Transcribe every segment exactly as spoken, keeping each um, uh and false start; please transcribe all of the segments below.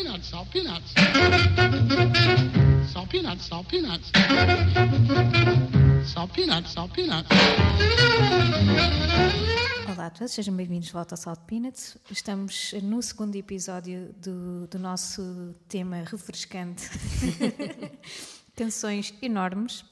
peanuts, salt peanuts. Salt peanuts, salt peanuts. Salt peanuts, salt peanuts. Olá a todos, sejam bem-vindos de volta ao Salt Peanuts. Estamos no segundo episódio do, do nosso tema refrescante, canções enormes.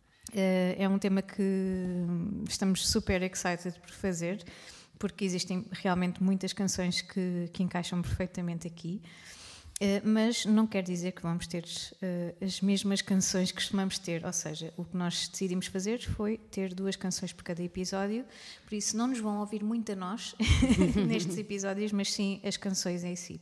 É um tema que estamos super excited por fazer, porque existem realmente muitas canções que, que encaixam perfeitamente aqui. Uh, mas não quer dizer que vamos ter uh, as mesmas canções que costumamos ter, ou seja, o que nós decidimos fazer foi ter duas canções por cada episódio, por isso não nos vão ouvir muito a nós nestes episódios, mas sim as canções em si.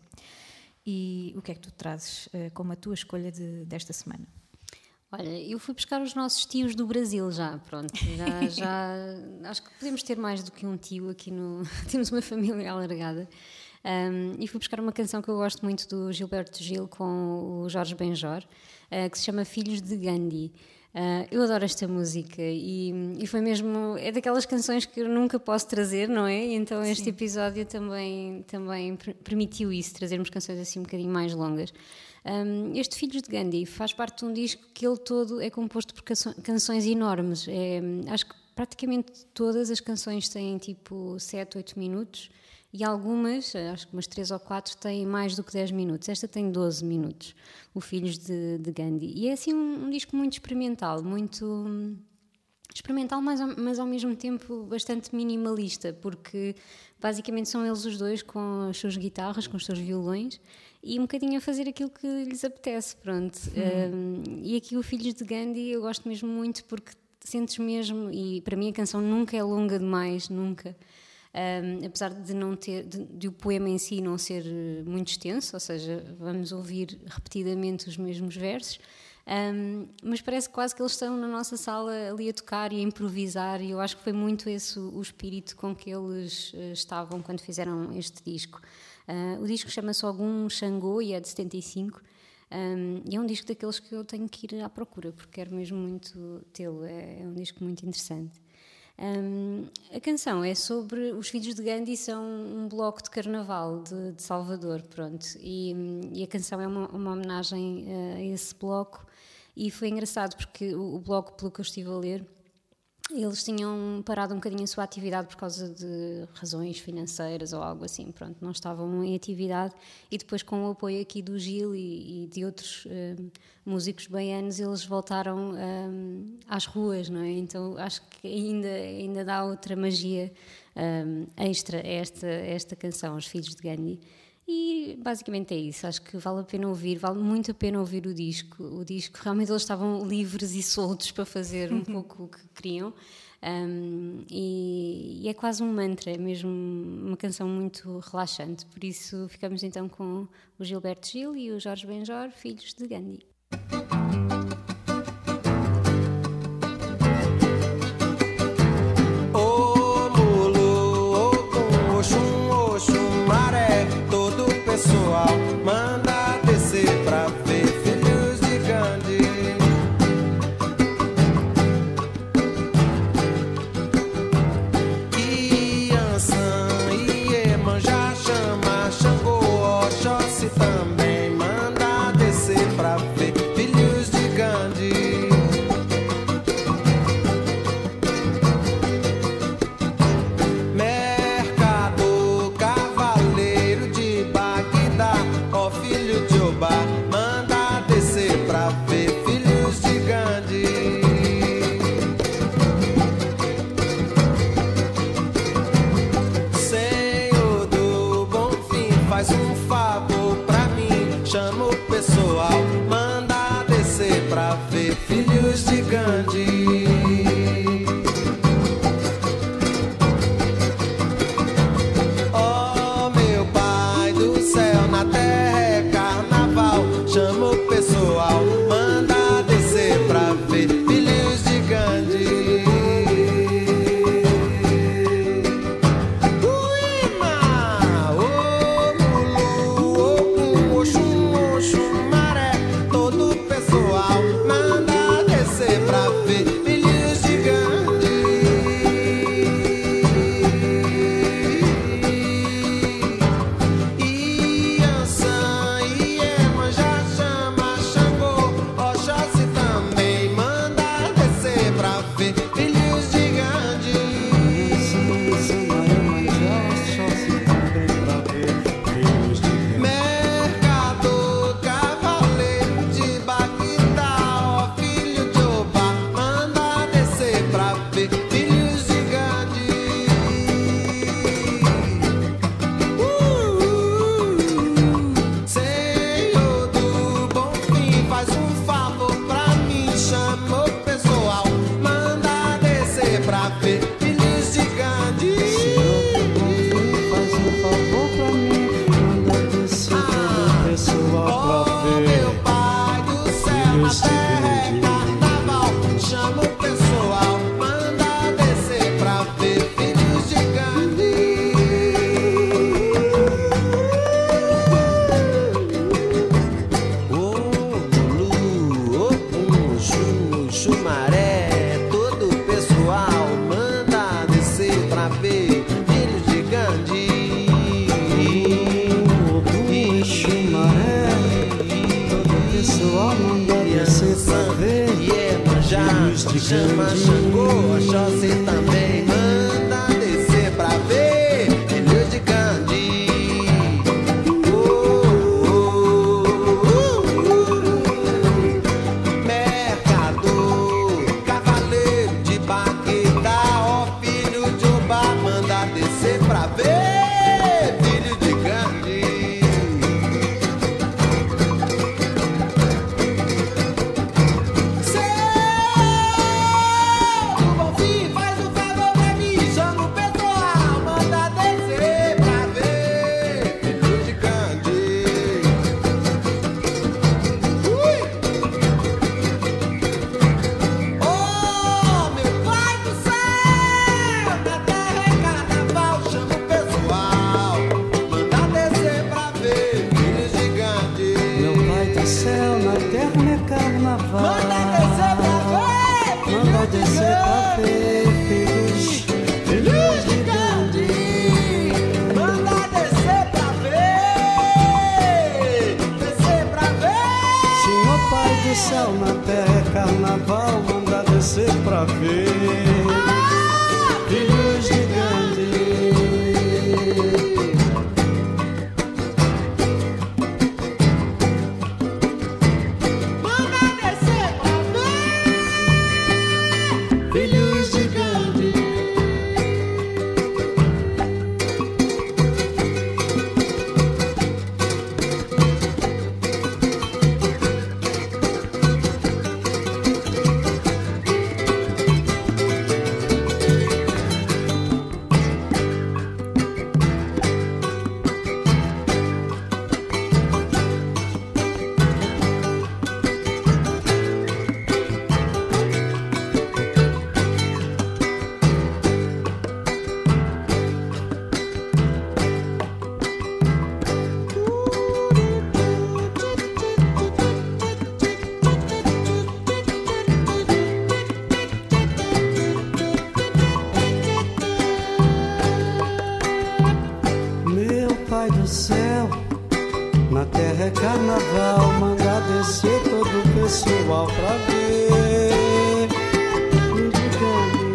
E o que é que tu trazes uh, como a tua escolha de, desta semana? Olha, eu fui buscar os nossos tios do Brasil já, pronto, já, já acho que podemos ter mais do que um tio aqui no... temos uma família alargada. Um, e fui buscar uma canção que eu gosto muito do Gilberto Gil com o Jorge Benjor, uh, que se chama Filhos de Gandhi. Uh, eu adoro esta música e, e foi mesmo, é daquelas canções que eu nunca posso trazer, não é? Então este Sim. episódio também, também permitiu isso, trazermos canções assim um bocadinho mais longas. Um, este Filhos de Gandhi faz parte de um disco que ele todo é composto por canções enormes. É, acho que praticamente todas as canções têm tipo sete, oito minutos. E algumas, acho que umas três ou quatro, têm mais do que dez minutos. Esta tem doze minutos, o Filhos de, de Gandhi. E é assim um, um disco muito experimental, muito hum, experimental, mas ao, mas ao mesmo tempo bastante minimalista, porque basicamente são eles os dois com as suas guitarras, com os seus violões, e um bocadinho a fazer aquilo que lhes apetece, pronto. Hum. Um, e aqui o Filhos de Gandhi eu gosto mesmo muito porque sentes mesmo, e para mim a canção nunca é longa demais, nunca. Um, apesar de não ter de, de o poema em si não ser muito extenso, ou seja, vamos ouvir repetidamente os mesmos versos, um, mas parece quase que eles estão na nossa sala ali a tocar e a improvisar, e eu acho que foi muito esse o, o espírito com que eles uh, estavam quando fizeram este disco. Uh, o disco chama-se Ogum Xangô e é de setenta e cinco, um, e é um disco daqueles que eu tenho que ir à procura porque quero mesmo muito tê-lo, é, é um disco muito interessante. Um, a canção é sobre os Filhos de Gandhi, são um bloco de carnaval de, de Salvador, pronto, e, e a canção é uma, uma homenagem a esse bloco, e foi engraçado porque o, o bloco, pelo que eu estive a ler, eles tinham parado um bocadinho a sua atividade por causa de razões financeiras ou algo assim, pronto, não estavam em atividade, e depois com o apoio aqui do Gil e, e de outros um, músicos baianos, eles voltaram um, às ruas, não é? Então acho que ainda, ainda dá outra magia um, extra a esta, a esta canção, Os Filhos de Gandhi. E basicamente é isso, acho que vale a pena ouvir, vale muito a pena ouvir o disco. O disco, realmente eles estavam livres e soltos para fazer um pouco o que queriam, um, e, e é quase um mantra, é mesmo uma canção muito relaxante. Por isso ficamos então com o Gilberto Gil e o Jorge Benjor, Filhos de Gandhi. Manda descer pra ver Filhos de Gandhi. Iansã e Iemanjá chama Xangô, Oxóssi também. Manda descer pra ver Filhos chama Xangô, Oxóssi também manda descer pra ver filhos de Gandhi. Oh, oh, oh, oh. Mercador, cavaleiro de Bagdá, ó filho de Obá, manda descer pra ver filho de Gandhi. Carnaval, manda descer pra ver filhos de Gandhi. Manda descer pra ver filhos de Gandhi. Carnaval, manda descer todo o pessoal pra ver filhos de Gandhi.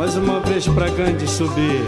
Mais uma vez pra Gandhi subir.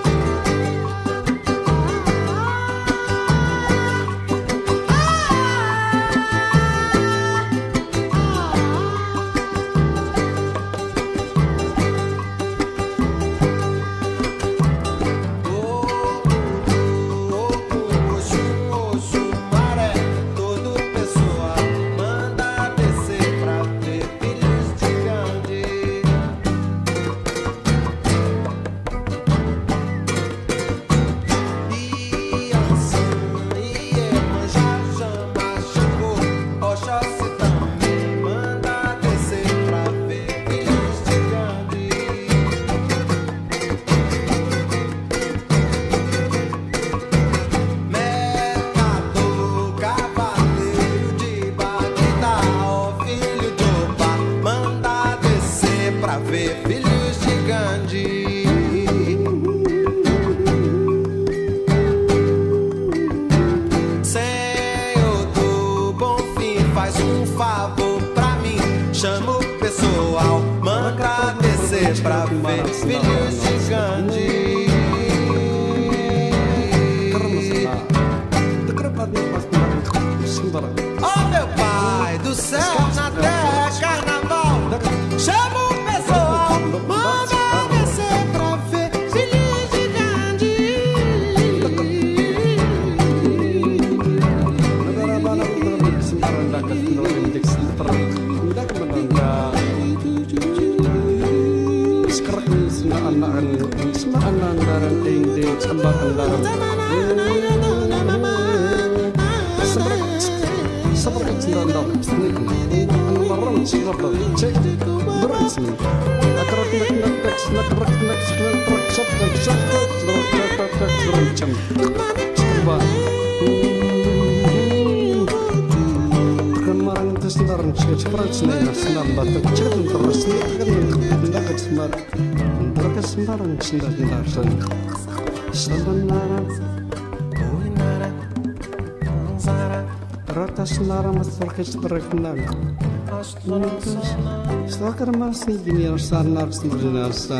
Selaker masih gini sanar sebenarnya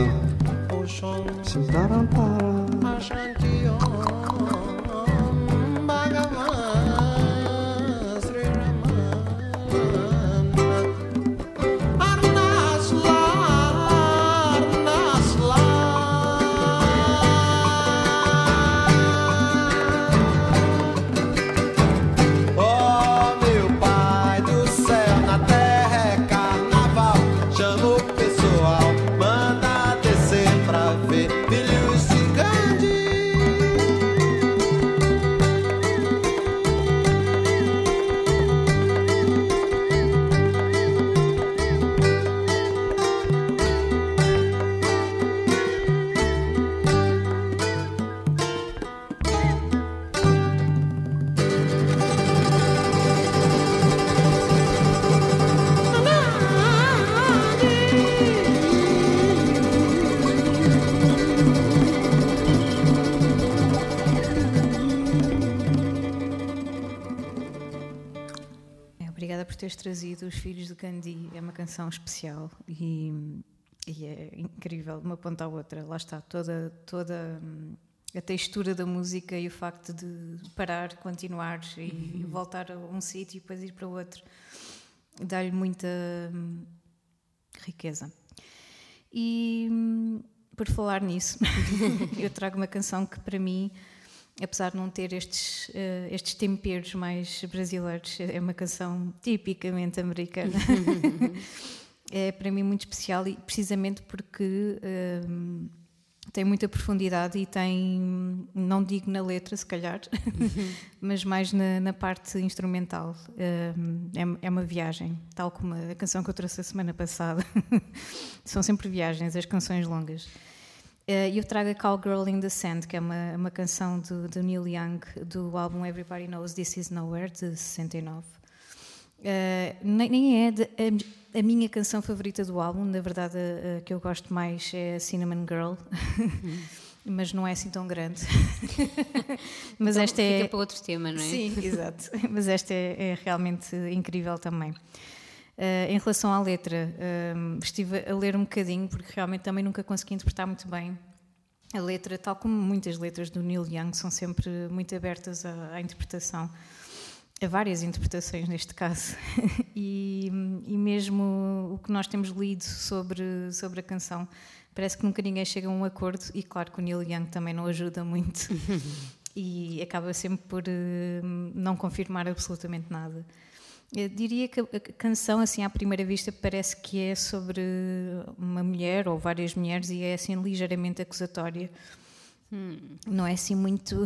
sebentar para por teres trazido Os Filhos de Gandhi. É uma canção especial e, e é incrível de uma ponta à outra. Lá está, toda, toda a textura da música e o facto de parar, continuar e uhum. voltar a um sítio e depois ir para outro dá-lhe muita hum, riqueza. E hum, por falar nisso, eu trago uma canção que para mim, apesar de não ter estes, uh, estes temperos mais brasileiros, é uma canção tipicamente americana. É para mim muito especial e precisamente porque uh, tem muita profundidade e tem, não digo na letra se calhar, mas mais na, na parte instrumental. Uh, é, é uma viagem, tal como a canção que eu trouxe a semana passada. São sempre viagens, as canções longas. Uh, eu trago a Cowgirl in the Sand, que é uma, uma canção do, do Neil Young, do álbum Everybody Knows This Is Nowhere, de sessenta e nove. Uh, nem, nem é de, a, a minha canção favorita do álbum, na verdade a, a que eu gosto mais é a Cinnamon Girl, mas não é assim tão grande. Mas então esta fica é para outro tema, não é? Sim, exato. Mas esta é, é realmente incrível também. Uh, em relação à letra, um, estive a ler um bocadinho, porque realmente também nunca consegui interpretar muito bem a letra, tal como muitas letras do Neil Young, são sempre muito abertas à, à interpretação, a várias interpretações neste caso. e, e mesmo o que nós temos lido sobre, sobre a canção, parece que nunca ninguém chega a um acordo, e claro que o Neil Young também não ajuda muito e acaba sempre por uh, não confirmar absolutamente nada. Eu diria que a canção, assim, à primeira vista, parece que é sobre uma mulher ou várias mulheres e é, assim, ligeiramente acusatória. Hum. Não é, assim, muito...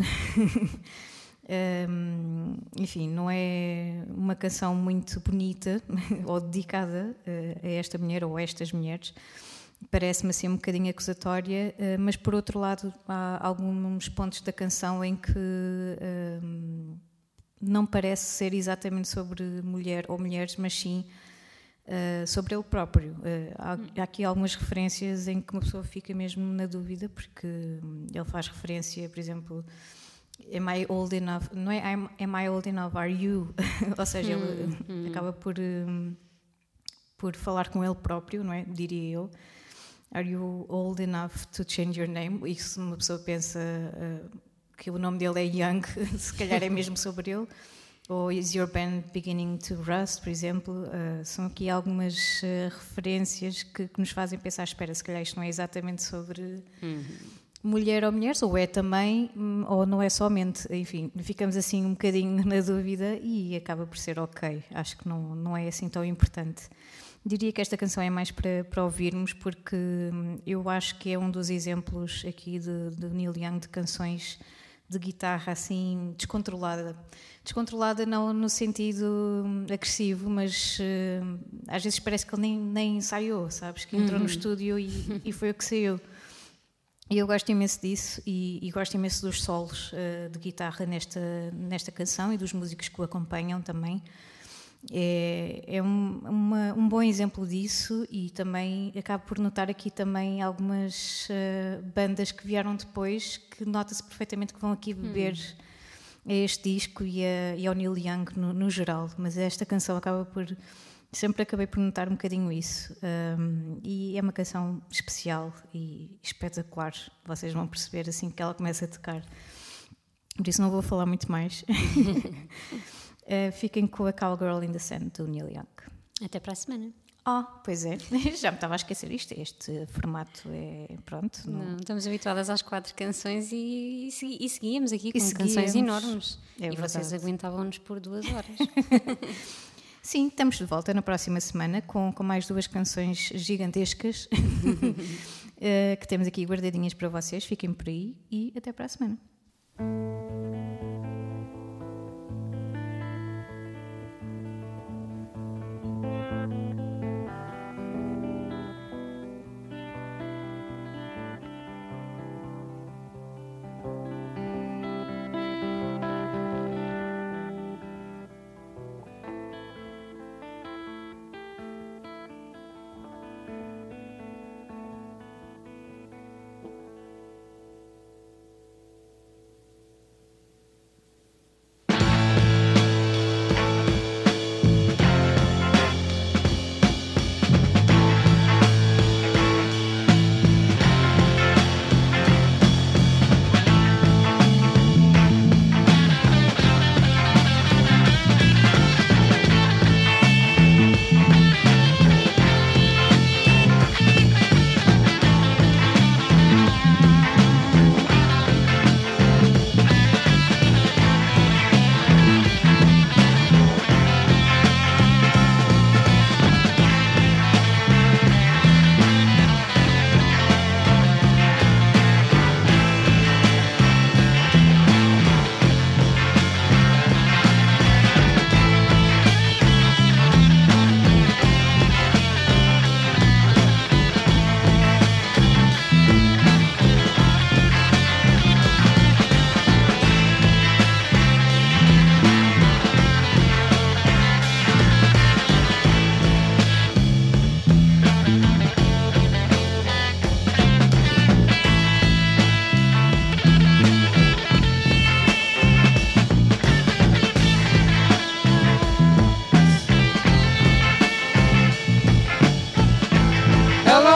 um, enfim, não é uma canção muito bonita ou dedicada a esta mulher ou a estas mulheres. Parece-me, assim, um bocadinho acusatória, mas, por outro lado, há alguns pontos da canção em que... Um, não parece ser exatamente sobre mulher ou mulheres, mas sim uh, sobre ele próprio. Uh, há, há aqui algumas referências em que uma pessoa fica mesmo na dúvida, porque ele faz referência, por exemplo, am I old enough? Não é am, am I old enough? Are you? Ou seja, ele hum. acaba por, um, por falar com ele próprio, não é? Diria eu. Are you old enough to change your name? E se uma pessoa pensa... Uh, que o nome dele é Young, se calhar é mesmo sobre ele, ou Is Your Band Beginning to Rust, por exemplo. Uh, são aqui algumas uh, referências que, que nos fazem pensar, espera, se calhar isto não é exatamente sobre uhum. mulher ou mulheres, ou é também, ou não é somente. Enfim, ficamos assim um bocadinho na dúvida e acaba por ser ok. Acho que não, não é assim tão importante. Diria que esta canção é mais para, para ouvirmos, porque eu acho que é um dos exemplos aqui de, de Neil Young de canções de guitarra assim descontrolada. Descontrolada não no sentido agressivo, mas uh, às vezes parece que ele nem, nem ensaiou, sabes? Que entrou uhum. no estúdio e, e foi o que saiu. E eu gosto imenso disso e, e gosto imenso dos solos uh, de guitarra nesta, nesta canção e dos músicos que o acompanham também. É, é um, uma, um bom exemplo disso e também acabo por notar aqui também algumas uh, bandas que vieram depois que nota-se perfeitamente que vão aqui beber hum. a este disco e, a, e ao Neil Young no, no geral, mas esta canção acaba por... Sempre acabei por notar um bocadinho isso um, e é uma canção especial e espetacular, vocês vão perceber assim que ela começa a tocar, por isso não vou falar muito mais. Uh, fiquem com a Cowgirl in the Sand do Neil Young. Até para a semana. Oh, pois é, já me estava a esquecer isto. Este formato é pronto. Não, não estamos habituadas às quatro canções e, e, e seguíamos aqui com e canções enormes. É e verdade. Vocês aguentavam-nos por duas horas. Sim, estamos de volta na próxima semana com, com mais duas canções gigantescas uh, que temos aqui guardadinhas para vocês. Fiquem por aí e até para a semana.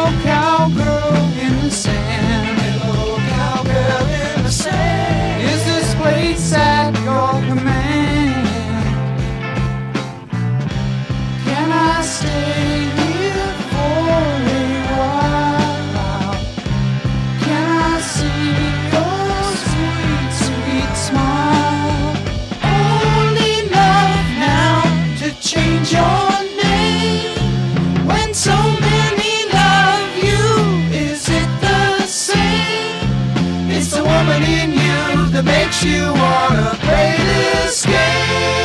Hello, cowgirl in the sand. Hello, cowgirl in the sand. Is this place at your command? Can I stay here for a while? Can I see your sweet, sweet smile? Only enough now to change your name. When so many love you, is it the same? It's the woman in you that makes you wanna play this game.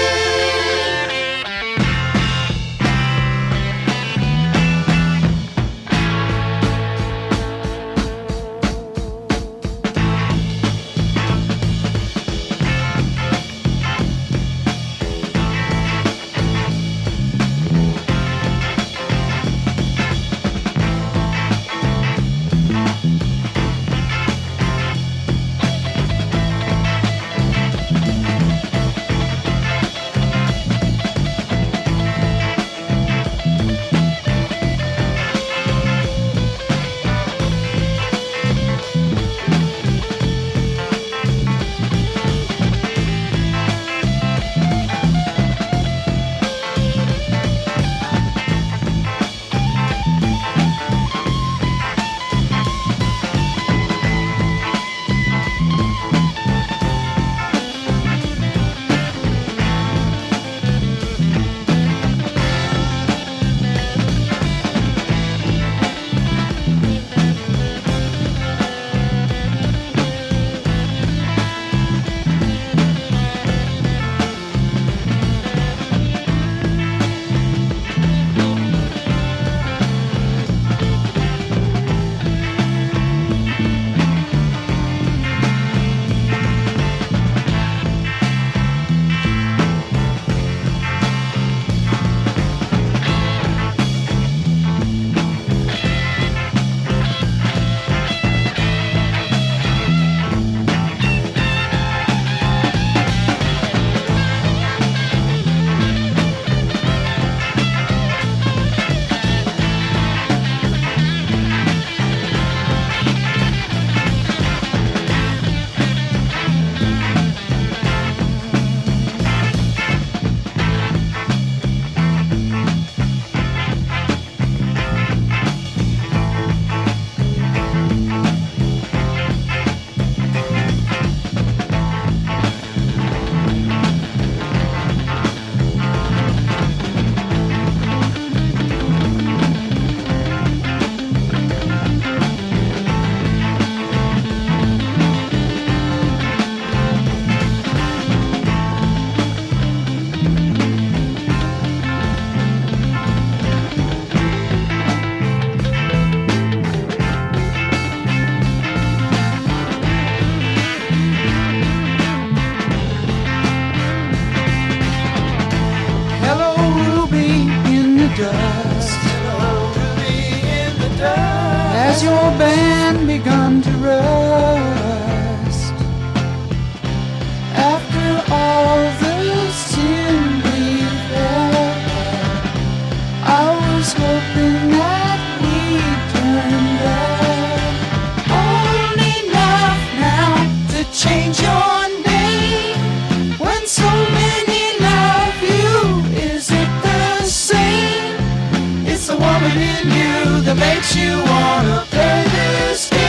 Has your band begun to rust? After all the sin we've had, I was hoping that we'd turn back. Only enough now to change your name. When so many love you, is it the same? It's the woman in you that makes you wanna play this game.